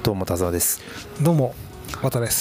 どうも田沢です。 どうも綿です。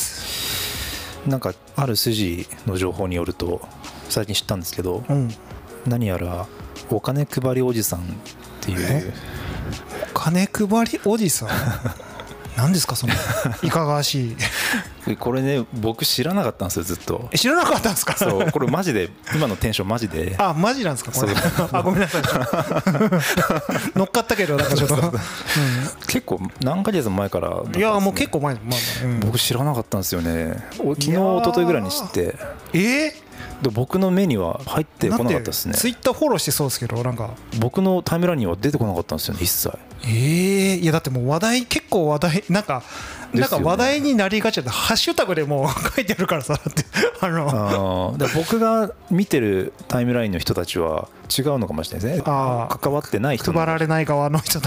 なんかある筋の情報によると最近知ったんですけど、何やらお金配りおじさんっていうお金配りおじさん何ですかそのいかがわしいこれね、僕知らなかったんですよ、ずっと。 知らなかったんですか。 そう、これマジで今のテンションマジで。 あ、マジなんですかこれ。あ、ごめんなさい乗っかったけどなんかちょっと結構何ヶ月も前からだったんですね。 いやもう結構前、 僕知らなかったんですよね。昨日一昨日ぐらいに知って。で僕の目には入ってこなかったですね。 ツイッターフォローしてそうですけど、なんか僕のタイムラインには出てこなかったんですよね、一切。 いやだってもう話題、結構話題なんか話題になりがちだ。ハッシュタグでもう書いてあるからさってで僕が見てるタイムラインの人たちは違うのかもしれないですね。関わってない人、 配られない側の人たち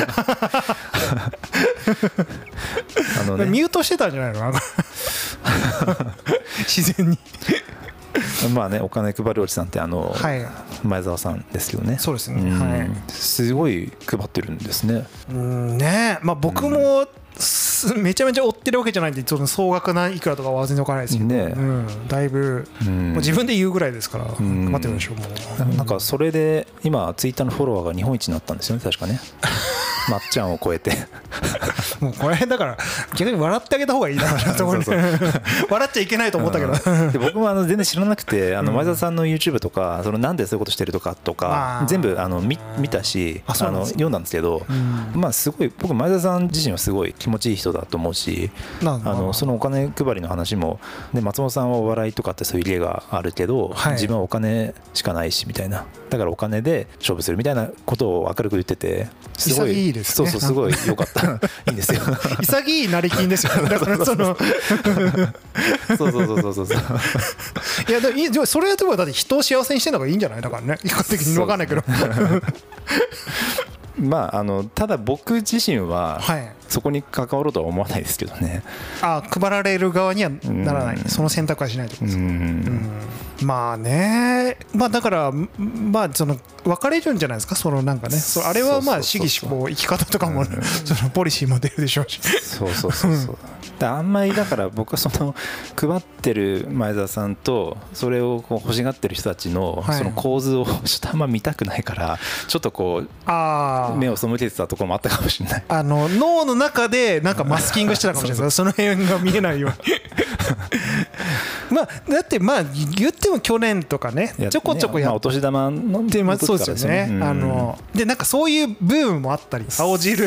ミュートしてたんじゃないのなんか自然にまあね、お金配りおじさんって前澤さんですけどね。 そうですね、はい、 すごい配ってるんですね。 ね、まあ僕もめちゃめちゃ追ってるわけじゃないんで、総額ないくらとかは全然分からないですけど、 ね、 だいぶもう自分で言うぐらいですから待ってるでしょう。もうなんかそれで今ツイッターのフォロワーが日本一になったんですよね、確かね。まっちゃんを超えてもうこれだから逆に笑ってあげた方がいいな笑っちゃいけないと思ったけどで僕も全然知らなくて、前澤さんの YouTube とかなんでそういうことしてるとか全部見たし読んだんですけど、まあすごい僕前澤さん自身はすごい気持ちいい人だと思うし、そのお金配りの話もで、松本さんはお笑いとかってそういう家があるけど、自分はお金しかないしみたいな、だからお金で勝負するみたいなことを明るく言ってて、すごい潔いですね。 そうすごい良かったいいんですよ潔い成金ですよね。だからそういやでもそれはでもだって人を幸せにしてるのがいいんじゃない。だからね、一般的に分かんないけどまあただ僕自身はそこに関わろうとは思わないですけどね。 配られる側にはならない、その選択はしないということです。まあね、まあだからまあ分かれるんじゃないですか。なんかね、あれはまあ主義思考、生き方とかもポリシーも出るでしょうし。あんまりだから僕は配ってる前澤さんとそれを欲しがってる人たちのその構図をちょっとあんま見たくないから、ちょっと目を背けてたところもあったかもしれない。 脳の中でなんかマスキングしてたかもしれない。その辺が見えないようにまあだってまあ言っても去年とかね、ちょこちょこやって、 お年玉の時からそうですよね。でなんかそういうブームもあったり、青汁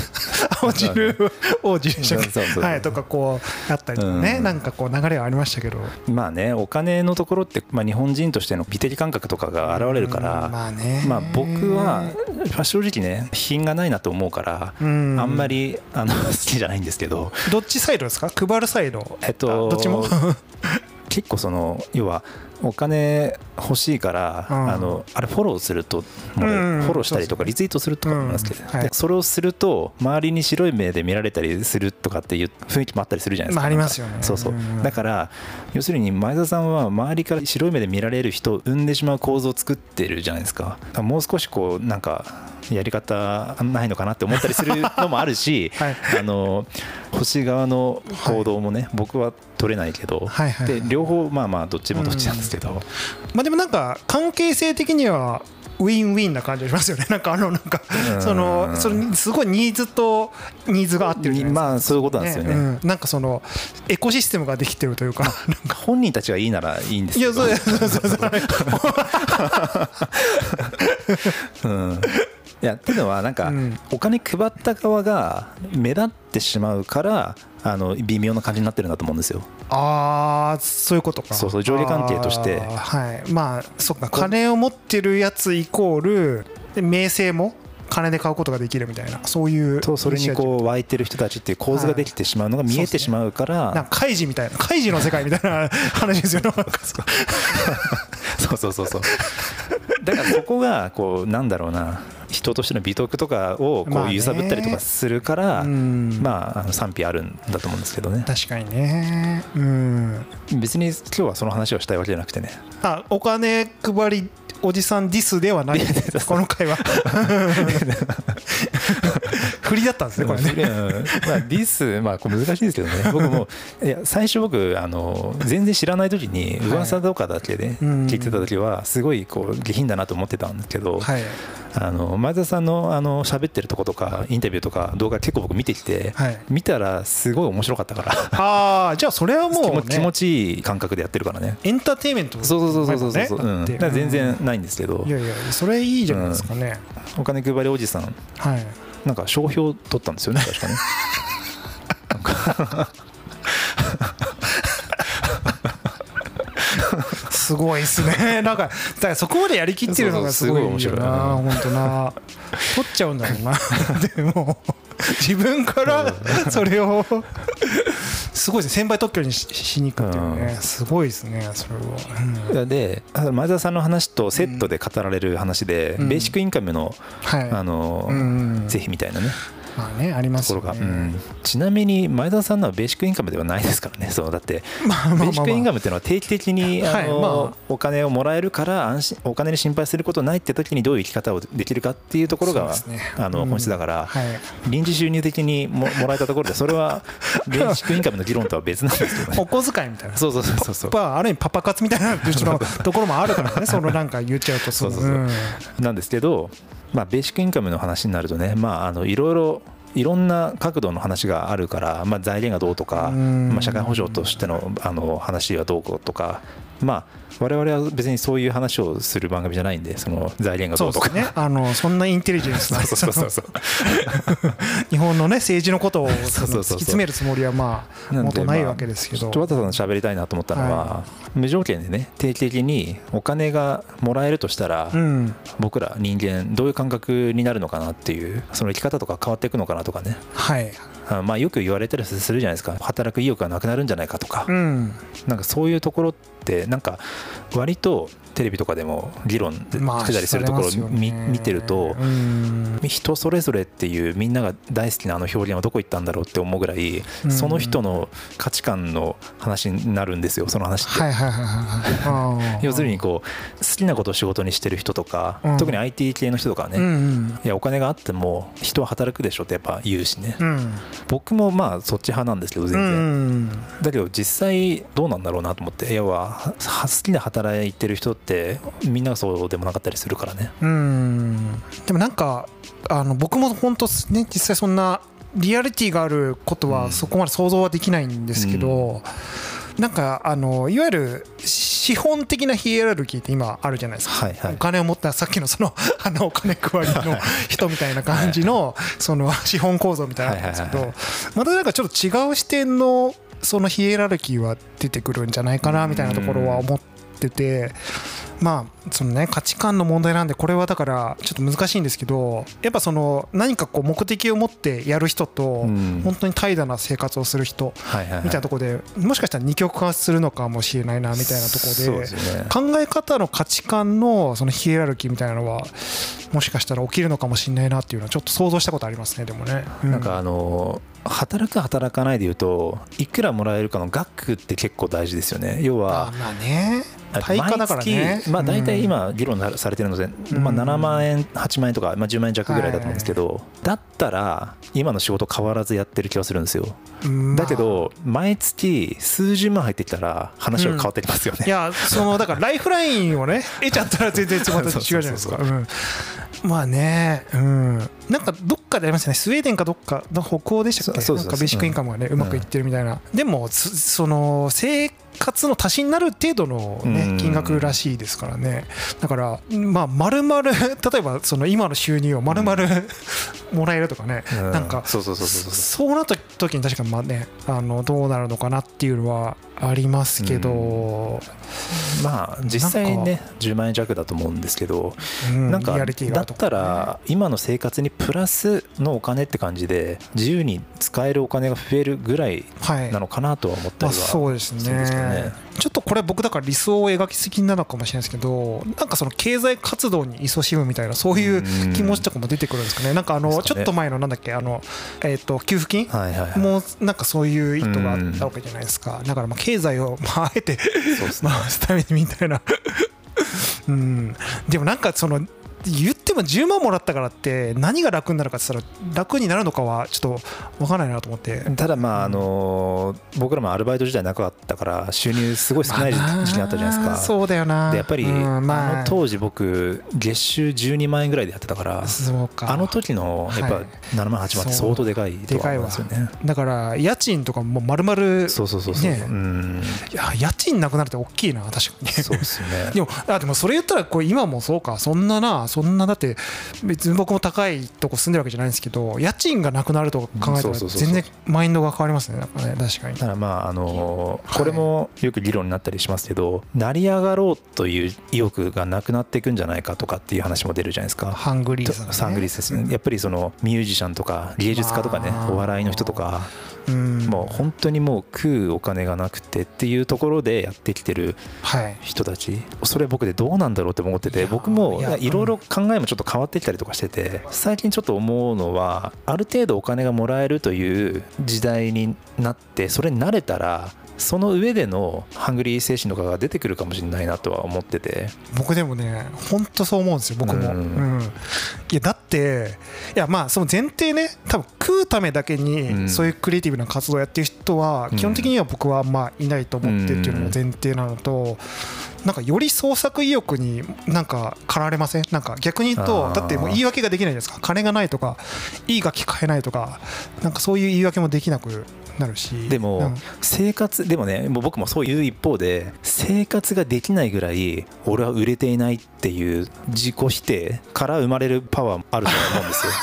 王子でしたっけとかあったりとかね、なんか流れはありましたけど、 まあね、お金のところって日本人としての美的感覚とかが現れるから、まあ僕は正直ね品がないなと思うから、あんまり好きじゃないんですけど。 どっちサイドですか？配るサイド？どっちも結構要はお金欲しいから、あれフォローするとフォローしたりとかリツイートするとか思いますけど、それをすると周りに白い目で見られたりするとかっていう雰囲気もあったりするじゃないですか。 ありますよね。 だから要するに前澤さんは周りから白い目で見られる人を生んでしまう構造を作ってるじゃないですか。もう少しなんかやり方ないのかなって思ったりするのもあるし、欲しい側の行動もね、僕は取れないけど、で両方まあどっちもどっちなんですけど、 まあでもなんか関係性的にはウィンウィンな感じがしますよね。なんかすごいニーズが合ってるじゃないですか。 まあそういうことなんですよね。 なんかエコシステムができてるというか、 本人たちがいいならいいんですけど。いやいやっていうのはなんかお金配った側が目立ってしまうから微妙な感じになってるんだと思うんですよ。 そういうことか。 そう上下関係として、 まあそっか、金を持ってるやつイコールで名声も金で買うことができるみたいな、そういうそれに湧いてる人たちっていう構図ができてしまうのが見えてしまうから、 なんかカイジみたいな、カイジの世界みたいな話ですよねそうだからそこがなんだろうな、人としての美徳とかを揺さぶったりとかするから、賛否あるんだと思うんですけどね。 確かにね。 別に今日はその話をしたいわけじゃなくてね。 お金配りおじさんディスではないこの回は振りだったんですねこれね。 まあディスまあこれ難しいですけどね。僕もいや最初僕全然知らない時に噂とかだけで聞いてた時はすごいこう下品だなと思ってたんですけど、前田さんの喋ってるとことかインタビューとか動画結構僕見てきて、見たらすごい面白かったから。 ああじゃあそれはもう、ね、 気持ちいい感覚でやってるからね。 エンターテインメント、 そうだから全然ないんですけど。 いやいやそれいいじゃないですかね。 お金配りおじさん、なんか商標取ったんですよね確かね。 すごいですね。なんかだからそこまでやりきってるのがすごい面白いな。本当な。取っちゃうんだろうな。でも自分からそれをすごいですね。先輩特許にしに行くっていうね。すごいですねそれは。 で前田さんの話とセットで語られる話で、ベーシックインカムの是非みたいなね。 まあね、ありますよね。 ちなみに前田さんのはベーシックインカムではないですからね。そうだってベーシックインカムっていうのは定期的にお金をもらえるからお金に心配することないって時にどういう生き方をできるかっていうところが本質だから、臨時収入的にもらえたところでそれはベーシックインカムの議論とは別なんですけどね。 お小遣いみたいな。 そうある意味パパ活みたいなところもあるからね。そのなんか言っちゃうとなんですけど、まあベーシックインカムの話になるとね、まあいろんな角度の話があるから、まあ、財源がどうとか、まあ、社会保障としての話はどうこうとか、まあ我々は別にそういう話をする番組じゃないんで、その財源がどうとか、 そんなインテリジェンスな日本のね政治のことを突き詰めるつもりはまあもっとないわけですけど、 和田さん喋りたいなと思ったのは、無条件でね定期的にお金がもらえるとしたら、僕ら人間どういう感覚になるのかなっていう、その生き方とか変わっていくのかなとかね。まあよく言われたりするじゃないですか。働く意欲がなくなるんじゃないかとか、なんかそういうところってなんか割とテレビとかでも議論してたりするところを見てると、人それぞれっていうみんなが大好きな表現はどこ行ったんだろうって思うぐらい、その人の価値観の話になるんですよ、その話って。要するにこう好きなことを仕事にしてる人とか、特に IT 系の人とかね、いやお金があっても人は働くでしょってやっぱ言うしね。僕もまあそっち派なんですけど全然、だけど実際どうなんだろうなと思って。要は好きで働いてる人ってみんながそうでもなかったりするからね。 でもなんか僕も本当ね実際そんなリアリティがあることはそこまで想像はできないんですけど、なんかいわゆる資本的なヒエラルキーって今あるじゃないですか。お金を持ったさっきのそのお金配りの人みたいな感じのその資本構造みたいなのがあるんですけど、またなんかちょっと違う視点のそのヒエラルキーは出てくるんじゃないかなみたいなところは思ってて、まあそのね価値観の問題なんで、これはだからちょっと難しいんですけど、やっぱその何かこう目的を持ってやる人と本当に怠惰な生活をする人みたいなところで、もしかしたら二極化するのかもしれないなみたいなところで、考え方の価値観のそのヒエラルキーみたいなのはもしかしたら起きるのかもしれないなっていうのはちょっと想像したことありますね。でもね、 なんか働く働かないでいうといくらもらえるかの額って結構大事ですよね。要はまあね対価だからね。 まあ大体今議論されてるので、まあ7万円8万円とか、まあ10万円弱ぐらいだと思うんですけど、だったら今の仕事変わらずやってる気がするんですよ。だけど毎月数十万入ってきたら話は変わってきますよね。 いやだからライフラインをね得ちゃったら全然また違うじゃないですか。まあね、なんかどっかでありますよね。スウェーデンかどっかの北欧でしたっけ、なんかベーシックインカムがねうまくいってるみたいな。でもその生活の足しになる程度のね金額らしいですからね。だからまあ丸々例えばその今の収入を丸々もらえるとかね、なんかそうなった時に確かにまあねどうなるのかなっていうのはありますけど、 まあ実際ね10万円弱だと思うんですけど、なんかだったら今の生活にプラスのお金って感じで自由に使えるお金が増えるぐらいなのかなとは思ったりはそうですね。ちょっとこれ僕だから理想を描きすぎなのかもしれないですけど、なんかその経済活動に勤しむみたいなそういう気持ちとかも出てくるんですかね。なんかちょっと前のなんだっけ給付金もなんかそういう意図があったわけじゃないですか。だからまあ経済をあえて回すためにみたいなでもなんかその言っても10万もらったからって何が楽になるかって言ったら楽になるのかはちょっと分からないなと思って。 ただまあ僕らもアルバイト時代長かったから収入すごい少ない時期にあったじゃないですか。 そうだよな。 でやっぱり当時僕月収12万円ぐらいでやってたから、あの時のやっぱ7万8万って相当でかいと思いますよね。 だから家賃とかも丸々 そういや家賃なくなるって大きいな確かに。 そうですね。 でもそれ言ったらこう今もそうか、そんなだって別に僕も高いとこ住んでるわけじゃないんですけど、家賃がなくなると考えたら全然マインドが変わりますね。確かに。 だからまあこれもよく議論になったりしますけど、成り上がろうという意欲がなくなっていくんじゃないかとかっていう話も出るじゃないですか。 ハングリーさね。 ハングリーさですね。やっぱりそのミュージシャンとか芸術家とかね、お笑いの人とか、もう本当にもう食うお金がなくてっていうところでやってきてる人たち、それ僕でどうなんだろうって思ってて、僕もいろいろ考えもちょっと変わってきたりとかしてて、最近ちょっと思うのは、ある程度お金がもらえるという時代になって、それに慣れたらその上でのハングリー精神とかが出てくるかもしれないなとは思ってて。 僕でもね本当そう思うんですよ、僕も。いやだってまあその前提ね、多分食うためだけにそういうクリエイティブな活動をやってる人は基本的には僕はまあいないと思ってっていうのも前提なのと、なんかより創作意欲になんか駆られません？なんか逆に言うと、だってもう言い訳ができないじゃないですか。金がないとかいい楽器買えないとか、なんかそういう言い訳もできなくなるし。 でも生活でもね、もう僕もそういう一方で、生活ができないぐらい俺は売れていないっていう自己否定から生まれるパワーもあると思うんですよ。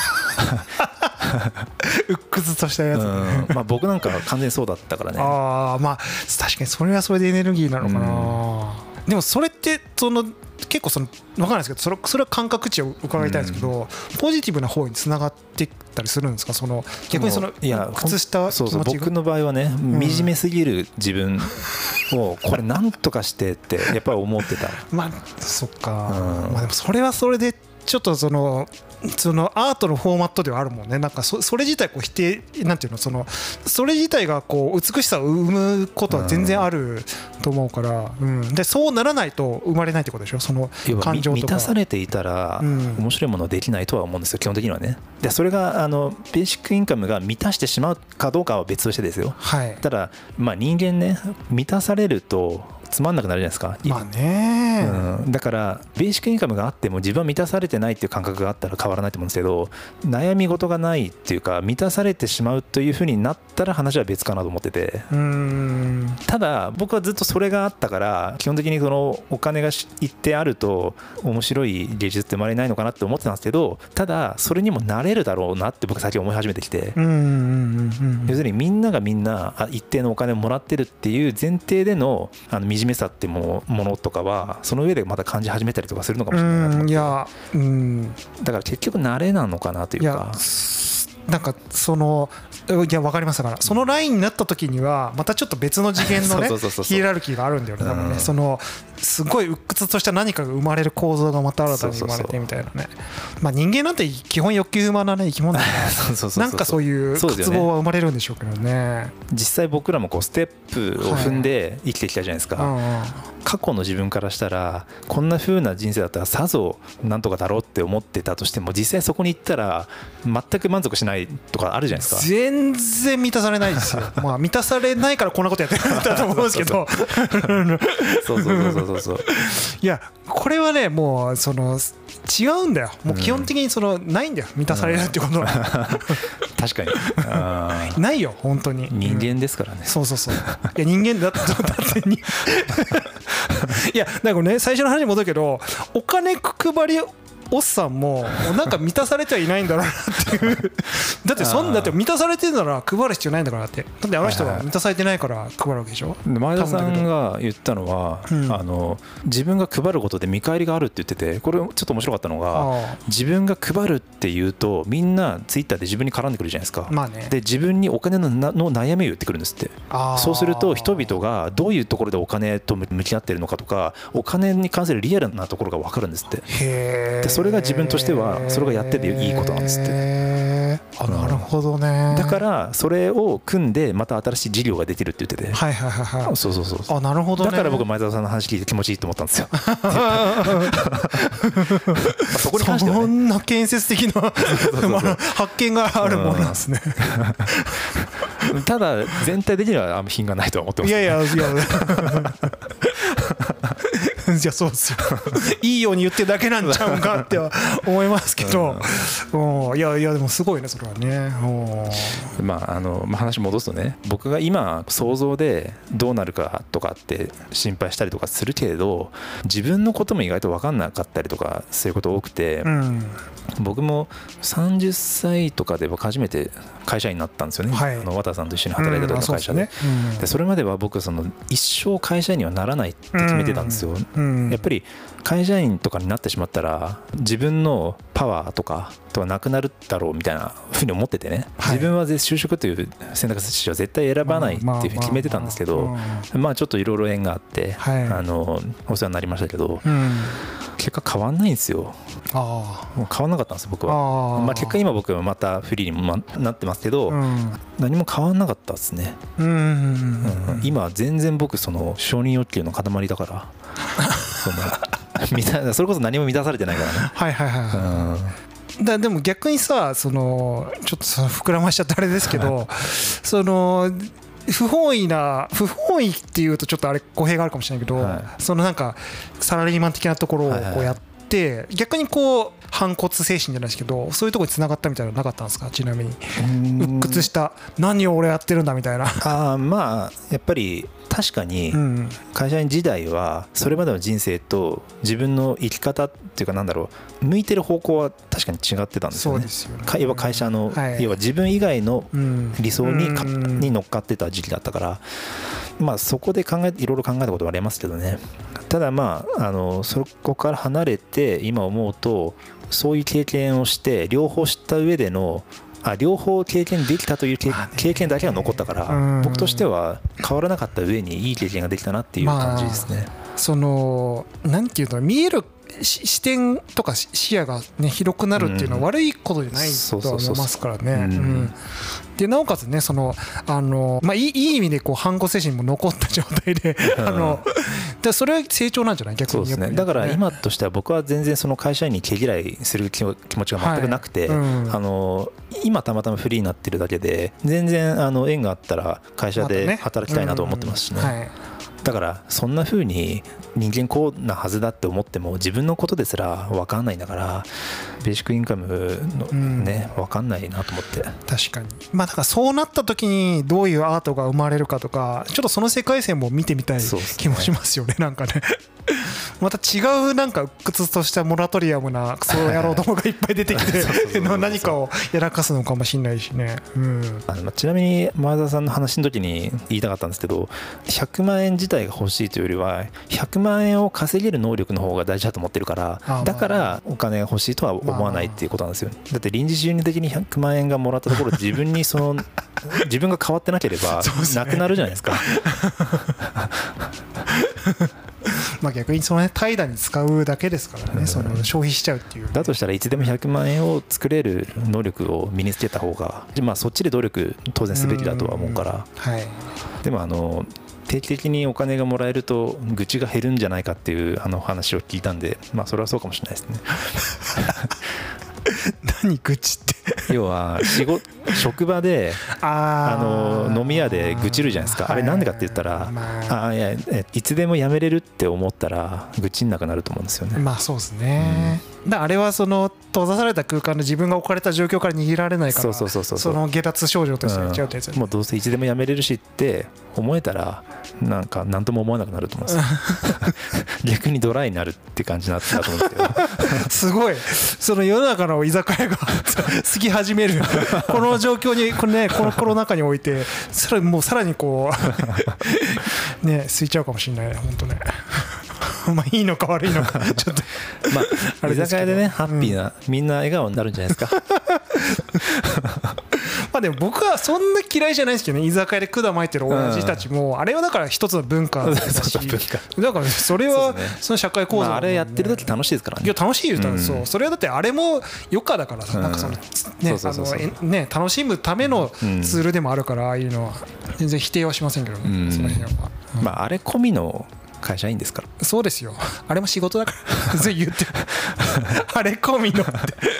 鬱屈としたやつ、ね。 まあ僕なんかは完全にそうだったからね。 まあ確かにそれはそれでエネルギーなのかな。でもそれって結構分かんないですけど、それは感覚値を伺いたいんですけど、ポジティブな方につながっていったりするんですか？逆に靴下気持ちが。 僕の場合はね、惨めすぎる自分をこれなんとかしてってやっぱり思ってた。 まあそっか。まあでもそれはそれでちょっとそのアートのフォーマットではあるもんね。なんかそれ自体こう否定なんていうの、それ自体がこう美しさを生むことは全然あると思うから、でそうならないと生まれないってことでしょ、その感情とか。 満たされていたら面白いものはできないとは思うんですよ、基本的にはね。でそれがベーシックインカムが満たしてしまうかどうかは別としてですよ。ただまあ人間ね、満たされるとつまんなくなるじゃないですか。 まあね、 だからベーシックインカムがあっても自分は満たされてないっていう感覚があったら変わらないと思うんですけど、悩み事がないっていうか満たされてしまうというふうになったら話は別かなと思ってて。ただ僕はずっとそれがあったから、基本的にそのお金が一定あると面白い芸術って生まれないのかなって思ってたんですけど、ただそれにもなれるだろうなって僕最近思い始めてきて、要するにみんながみんな一定のお金をもらってるっていう前提での惨めさってものとかはその上でまた感じ始めたりとかするのかもしれないなと思って。だから結局慣れなのかなというか。 なんかいや分かりますから、そのラインになった時にはまたちょっと別の次元のねヒエラルキーがあるんだよね、多分ね。すごい鬱屈とした何かが生まれる構造がまた新たに生まれてみたいなね。まあ人間なんて基本欲求不満なね生き物だからなんかそういう渇望は生まれるんでしょうけどね。 実際僕らもこうステップを踏んで生きてきたじゃないですか。過去の自分からしたらこんな風な人生だったらさぞなんとかだろうって思ってたとしても、実際そこに行ったら全く満足しないとかあるじゃないですか。 全然満たされないですよ。まあ満たされないからこんなことやってるんだと思うんですけど。いやこれはねもう違うんだよ。もう基本的にないんだよ、満たされるってことは。 確かにないよ本当に。 人間ですからね。 そういや人間だっていやだからね、最初の話に戻るけど、お金配りおっさんもなんか満たされてはいないんだろうなっていうだって満たされてるなら配る必要ないんだからって。だってあの人は満たされてないから配るわけでしょ。 前田さんが言ったのは、自分が配ることで見返りがあるって言ってて、これちょっと面白かったのが、自分が配るって言うとみんなツイッターで自分に絡んでくるじゃないですか。で自分にお金の悩みを言ってくるんですって。そうすると人々がどういうところでお金と向き合ってるのかとか、お金に関するリアルなところが分かるんですって。でそれが自分としてはそれがやってていいことなんですって。 あ、なるほどね。 だからそれを組んでまた新しい事業ができるって言ってて、 はいはいはいはい。 そうそうそう。 あ、なるほどね。 だから僕前澤さんの話聞いて気持ちいいと思ったんですよ。そこに関してはね、 そんな建設的な発見があるものなんですね。 ただ全体的にはあんま品がないとは思ってます、 いやいやいやいや、そうですよ。いいように言ってるだけなんちゃうんかっては思いますけど、いやいや、でもすごいね、それはね。 話戻すとね、僕が今想像でどうなるかとかって心配したりとかするけれど、自分のことも意外と分かんなかったりとかそういうこと多くて、僕も30歳とかで僕初めて会社員になったんですよね、はい、和田さんと一緒に働いた時の会社で、でそれまでは僕一生会社員にはならないって決めてたんですよ。やっぱり会社員とかになってしまったら自分のパワーとかなくなるだろうみたいなふうに思っててね、自分は就職という選択肢は絶対選ばないっていうふうに決めてたんですけど、まあちょっといろいろ縁があって、お世話になりましたけど、結果変わんないんですよ。もう変わんなかったんです僕は。結果今僕はまたフリーになってますけど、何も変わんなかったですね。今は全然僕承認欲求の塊だからそれこそ何も満たされてないからね。はいはいはい。 でも逆にさ、ちょっと膨らましちゃってあれですけど不本意っていうとちょっとあれ語弊があるかもしれないけど、なんかサラリーマン的なところをこうやって、逆に反骨精神じゃないですけど、そういうところに繋がったみたいなのなかったんですか？ちなみに鬱屈した何を俺やってるんだみたいな。 まあやっぱり確かに会社員時代はそれまでの人生と自分の生き方っていうか、向いてる方向は確かに違ってたんですよね。要は会社の、要は自分以外の理想に乗っかってた時期だったから、まあそこでいろいろ考えたことはありますけどね。ただそこから離れて今思うと、そういう経験をして両方知った上での両方経験できたという経験だけが残ったから、僕としては変わらなかった上にいい経験ができたなっていう感じですね。 なんていうの、見える視点とか視野が、ね、広くなるっていうのは悪いことじゃないとは思いますからね。でなおかつね、いい意味で反骨精神も残った状態でそれは成長なんじゃない？逆に。 そうですね。だから今としては僕は全然会社員に毛嫌いする気持ちが全くなくて、今たまたまフリーになってるだけで、全然縁があったら会社で働きたいなと思ってますしね。だからそんな風に人間こうなはずだって思っても自分のことですら分かんないんだから、ベーシックインカムのね、分かんないなと思って。 確かに。だからそうなった時にどういうアートが生まれるかとか、ちょっとその世界線も見てみたい気もしますよね。なんかねまた違う鬱屈としたモラトリアムなクソ野郎どもがいっぱい出てきて何かをやらかすのかもしれないしね。 ちなみに前澤さんの話の時に言いたかったんですけど、100万円自体が欲しいというよりは100万円を稼げる能力の方が大事だと思ってるから、だからお金が欲しいとは思わないっていうことなんですよ。だって臨時収入的に100万円がもらったところで自分に自分が変わってなければなくなるじゃないですか。 逆に怠惰に使うだけですからね、消費しちゃうっていう。 だとしたらいつでも100万円を作れる能力を身につけた方が、そっちで努力当然すべきだとは思うから。でも定期的にお金がもらえると愚痴が減るんじゃないかっていう話を聞いたんで、それはそうかもしれないですね。 何愚痴って要は職場で飲み屋で愚痴るじゃないですか。あれなんでかって言ったら、いつでも辞めれるって思ったら愚痴んなくなると思うんですよね。 そうですね。あれは閉ざされた空間で自分が置かれた状況から逃げられないから、下脱症状として言っちゃうってやつ。 もうどうせいつでも辞めれるしって思えたら何とも思わなくなると思うんですよ。逆にドライになるって感じになってたと思うんですけどすごい世の中の居酒屋が過ぎ始めるこの状況にこのコロナ禍においてさらにね空いちゃうかもしれないね、本当ね。いいのか悪いのかちょっと居酒屋でねハッピーな、みんな笑顔になるんじゃないですか。 でも僕はそんな嫌いじゃないですけどね、居酒屋で管巻いてる親父たちも、あれはだから一つの文化だし、だからそれはその社会構造、 あれやってるだけ楽しいですからね。 いや楽しいよ、そう、それはだってあれも余暇だからさ、なんかそのね楽しむためのツールでもあるから、ああいうのは全然否定はしませんけどね、その辺は。 まああれ込みの会社員ですから。 そうですよ、あれも仕事だから全然言ってあれ込みのって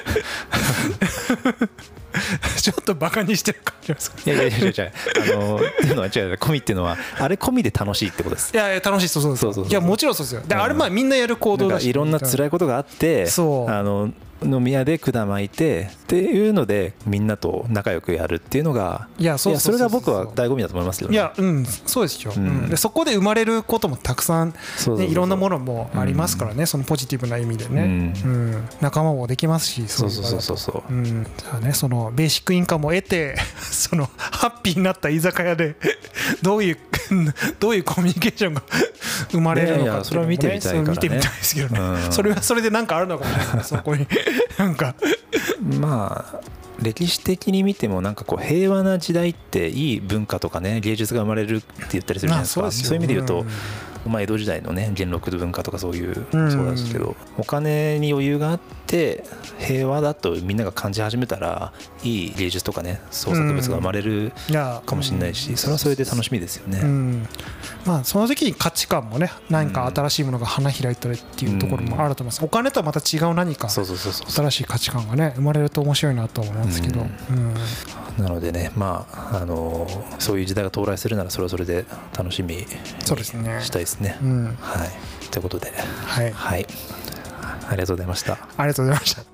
ちょっとバカにしてる感じですか。 いやっていうのは違う、込みっていうのはあれ込みで楽しいってことです。 いや楽しい、そういやもちろんそうですよ。であれまあみんなやる行動だし、 いろんな辛いことがあって、飲み屋で管巻いてっていうのでみんなと仲良くやるっていうのが、それが僕は醍醐味だと思いますけどね。 いやそうですよ。でそこで生まれることもたくさんいろんなものもありますからね、そのポジティブな意味でね、仲間もできますし、 そうじゃあね、そのベーシックインカムを得てそのハッピーになった居酒屋でどういうコミュニケーションが生まれるのかっていうのもね、 それは見てみたいからね。 見てみたいですけどね、それはそれで何かあるのかもしれないそこになんかまあ歴史的に見てもなんかこう平和な時代っていい文化とかね芸術が生まれるって言ったりするじゃないですか。そういう意味で言うと、江戸時代のね元禄文化とかそういうそうですけど、お金に余裕があって平和だとみんなが感じ始めたらいい芸術とかね創作物が生まれるかもしれないし、それはそれで楽しみですよね。 まあその時に価値観もね何か新しいものが花開いたりっていうところもあると思います。お金とはまた違う何か新しい価値観がね生まれると面白いなと思うんですけど、 なのでね、まあそういう時代が到来するならそれはそれで楽しみにしたいですね。はい、ということで、はい、ありがとうございました。 ありがとうございました。